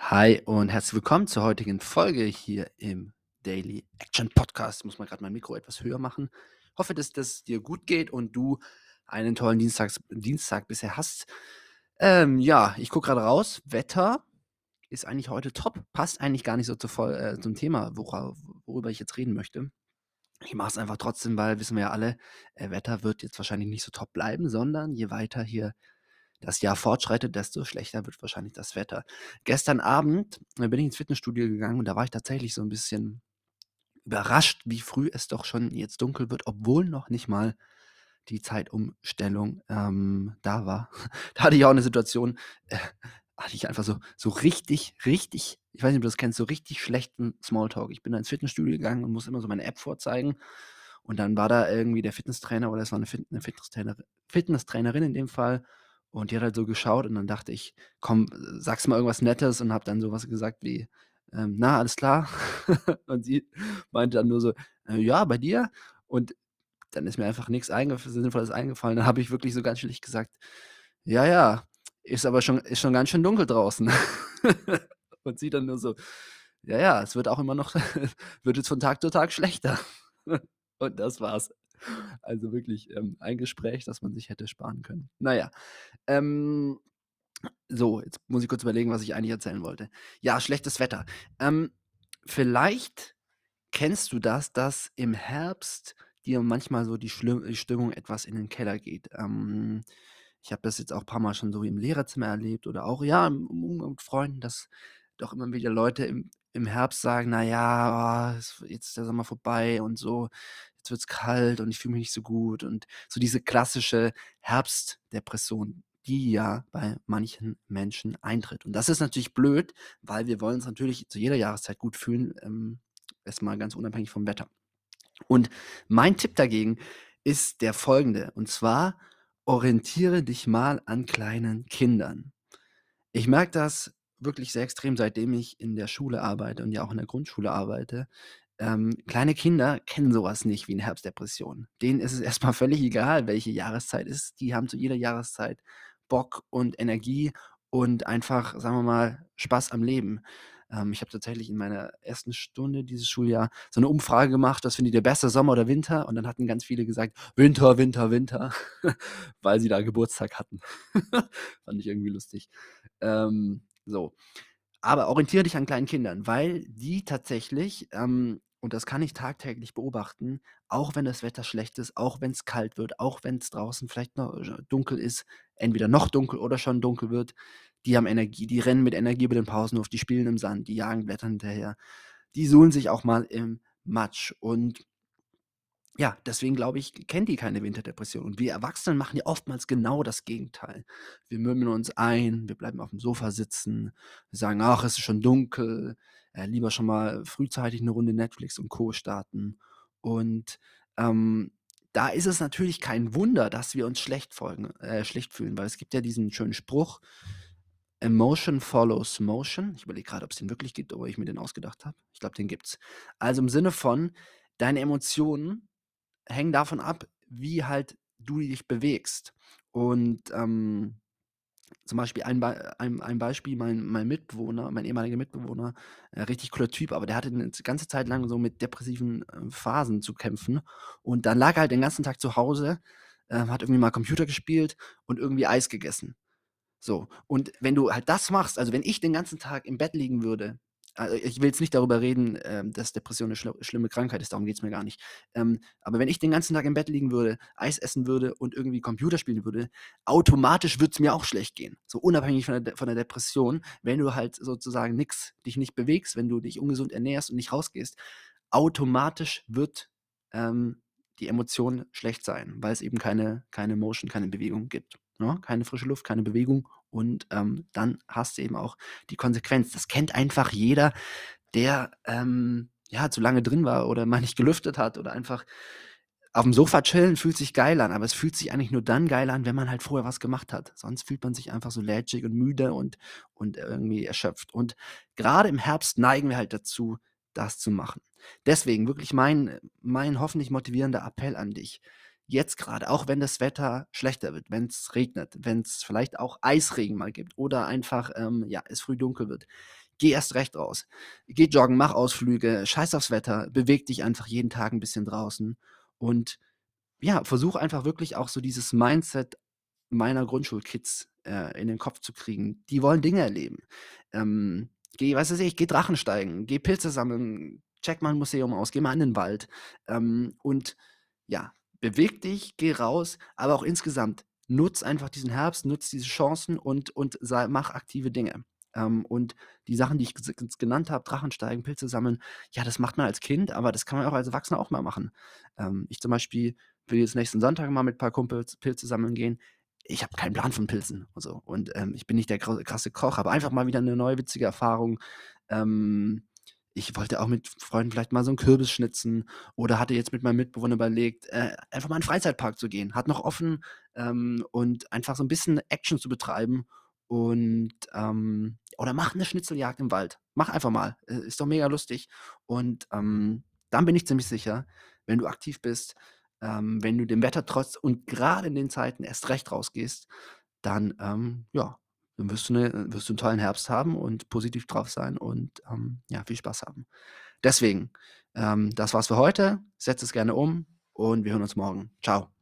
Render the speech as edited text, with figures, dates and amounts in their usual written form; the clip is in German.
Hi und herzlich willkommen zur heutigen Folge hier im Daily Action Podcast. Ich muss mal gerade mein Mikro etwas höher machen. Hoffe, dass das dir gut geht und du einen tollen Dienstag bisher hast. Ja, ich gucke gerade raus. Wetter ist eigentlich heute top. Passt eigentlich gar nicht so zum Thema, worüber ich jetzt reden möchte. Ich mache es einfach trotzdem, weil wissen wir ja alle, Wetter wird jetzt wahrscheinlich nicht so top bleiben, sondern je weiter hier das Jahr fortschreitet, desto schlechter wird wahrscheinlich das Wetter. Gestern Abend, bin ich ins Fitnessstudio gegangen und da war ich tatsächlich so 'n bisschen überrascht, wie früh es doch schon jetzt dunkel wird, obwohl noch nicht mal die Zeitumstellung, da war. Da hatte ich auch 'ne Situation, hatte ich einfach so richtig ich weiß nicht, ob du das kennst, so richtig schlechten Smalltalk. Ich bin da ins Fitnessstudio gegangen und muss immer so meine App vorzeigen und dann war da irgendwie der Fitnesstrainer oder es war 'ne Fitnesstrainerin in dem Fall und die hat halt so geschaut und dann dachte ich: „Komm, sagst mal irgendwas Nettes“ und habe dann so was gesagt wie, „Na, alles klar?“ Und sie meinte dann nur so: „Ja, bei dir?“ Und dann ist mir einfach nix Sinnvolles eingefallen. Dann habe ich wirklich so ganz schlicht gesagt: „Ja, ja, ist schon ganz schön dunkel draußen.“ Und sie dann nur so: „Ja, ja, es wird auch immer noch wird jetzt von Tag zu Tag schlechter.“ Und das war's. Also wirklich, ein Gespräch, das man sich hätte sparen können. Na ja, ähm, so, jetzt muss ich kurz überlegen, was ich eigentlich erzählen wollte. Ja, schlechtes Wetter. Ähm, Vielleicht kennst du das, dass im Herbst dir manchmal so die Stimmung etwas in den Keller geht? Ich habe das jetzt auch paarmal schon so im Lehrerzimmer erlebt oder auch, ja, im Umgang mit Freunden, dass doch immer wieder Leute im Herbst sagen: „Na ja, jetzt ist der Sommer vorbei und so, jetzt wird's kalt und ich fühle mich nicht so gut.“ Und so diese klassische Herbstdepression, die ja bei manchen Menschen eintritt. Und das ist natürlich blöd, weil wir wollen uns natürlich zu jeder Jahreszeit gut fühlen, erst mal ganz unabhängig vom Wetter. Und mein Tipp dagegen ist der folgende, und zwar: Orientiere dich mal an kleinen Kindern. Ich merke das wirklich sehr extrem, seitdem ich in der Schule arbeite und ja auch in der Grundschule arbeite. Kleine Kinder kennen so was nicht wie 'ne Herbstdepression. Denen ist es erst mal völlig egal, welche Jahreszeit es ist. Die haben zu jeder Jahreszeit Bock und Energie und einfach, sagen wir mal, Spaß am Leben. Ich habe tatsächlich in meiner ersten Stunde dieses Schuljahr so 'ne Umfrage gemacht: „Was findet ihr besser, Sommer oder Winter?“ Und dann hatten ganz viele gesagt: „Winter, Winter, Winter“, weil sie da Geburtstag hatten. Fand ich irgendwie lustig. So. Aber orientiere dich an kleinen Kindern, weil die tatsächlich, und das kann ich tagtäglich beobachten, auch wenn das Wetter schlecht ist, auch wenn's kalt wird, auch wenn's draußen vielleicht noch dunkel ist, entweder noch dunkel oder schon dunkel wird, die haben Energie, die rennen mit Energie über den Pausenhof, die spielen im Sand, die jagen Blättern hinterher, die suhlen sich auch mal im Matsch und ja, deswegen glaube ich, kennen die keine Winterdepression. Und wir Erwachsenen machen ja oftmals genau das Gegenteil. Wir mümmeln uns ein, wir bleiben aufm Sofa sitzen, wir sagen: „Ach, es ist schon dunkel, lieber schon mal frühzeitig 'ne Runde Netflix und Co. starten.“ Und, ähm, da ist es natürlich kein Wunder, dass wir uns schlecht fühlen, weil es gibt ja diesen schönen Spruch: „Emotion follows motion.“ Ich überlege grade, ob's den wirklich gibt oder ich mir den ausgedacht habe. Ich glaube, den gibt's. Also, im Sinne von, deine Emotionen hängen davon ab, wie halt du dich bewegst. Und, zum Beispiel ein Beispiel, mein Mitbewohner, mein ehemaliger Mitbewohner, richtig cooler Typ, aber der hatte 'ne ganze Zeit lang so mit depressiven, Phasen zu kämpfen. Und dann lag er halt den ganzen Tag zu Hause, hat irgendwie mal Computer gespielt und irgendwie Eis gegessen. So, und wenn du halt das machst, also, wenn ich den ganzen Tag im Bett liegen würde, ich will jetzt nicht darüber reden, dass Depression 'ne schlimme Krankheit ist, darum geht's mir gar nicht. Aber wenn ich den ganzen Tag im Bett liegen würde, Eis essen würde und irgendwie Computer spielen würde, automatisch würd's mir auch schlecht gehen, so unabhängig von der Depression. Wenn du halt sozusagen dich nicht bewegst, wenn du dich ungesund ernährst und nicht rausgehst, automatisch wird, die Emotion schlecht sein, weil's eben keine Motion, keine Bewegung gibt, ne? Keine frische Luft, keine Bewegung und, dann hast du eben auch die Konsequenz. Das kennt einfach jeder, der, ja, zu lange drin war oder mal nicht gelüftet hat oder einfach aufm Sofa chillen fühlt sich geil an, aber es fühlt sich eigentlich nur dann geil an, wenn man halt vorher was gemacht hat. Sonst fühlt man sich einfach so lätschig und müde und irgendwie erschöpft. Und grade im Herbst neigen wir halt dazu, das zu machen. Deswegen wirklich mein hoffentlich motivierender Appell an dich. jetzt gerade, auch wenn das Wetter schlechter wird, wenn es regnet, wenn es vielleicht auch Eisregen mal gibt oder einfach, ja, es früh dunkel wird. Geh erst recht raus. Geh joggen, mach Ausflüge, scheiß aufs Wetter, beweg dich einfach jeden Tag ein bisschen draußen und ja, versuche einfach wirklich auch so dieses Mindset meiner Grundschulkids, in den Kopf zu kriegen. Die wollen Dinge erleben. Geh, was weiß ich, geh Drachensteigen, geh Pilze sammeln, check mal 'n Museum aus, geh mal in den Wald. Und ja, beweg dich, geh raus, aber auch insgesamt nutz einfach diesen Herbst, nutz diese Chancen und mach aktive Dinge. Und die Sachen, die ich genannt habe, Drachensteigen, Pilze sammeln, ja, das macht man als Kind, aber das kann man auch als Erwachsener auch mal machen. Ich zum Beispiel will jetzt nächsten Sonntag mal mit ein paar Kumpels Pilze sammeln gehen. Ich habe keinen Plan von Pilzen und so. Und, ich bin nicht der krasse Koch, aber einfach mal wieder eine neue witzige Erfahrung. Ähm, Ich wollte auch mit Freunden vielleicht mal so 'n Kürbis schnitzen oder hatte jetzt mit meinem Mitbewohner überlegt, einfach mal in 'n Freizeitpark zu gehen. Hat noch offen, und einfach so ein bisschen Action zu betreiben und, oder mach eine Schnitzeljagd im Wald. Mach einfach mal. Ist doch mega lustig. Und, dann bin ich ziemlich sicher, wenn du aktiv bist, wenn du dem Wetter trotzt und gerade in den Zeiten erst recht rausgehst, dann, ja, dann wirst du 'n tollen Herbst haben und positiv drauf sein und, ja, viel Spaß haben. Deswegen, das war's für heute. Setz es gerne um und wir hören uns morgen. Ciao.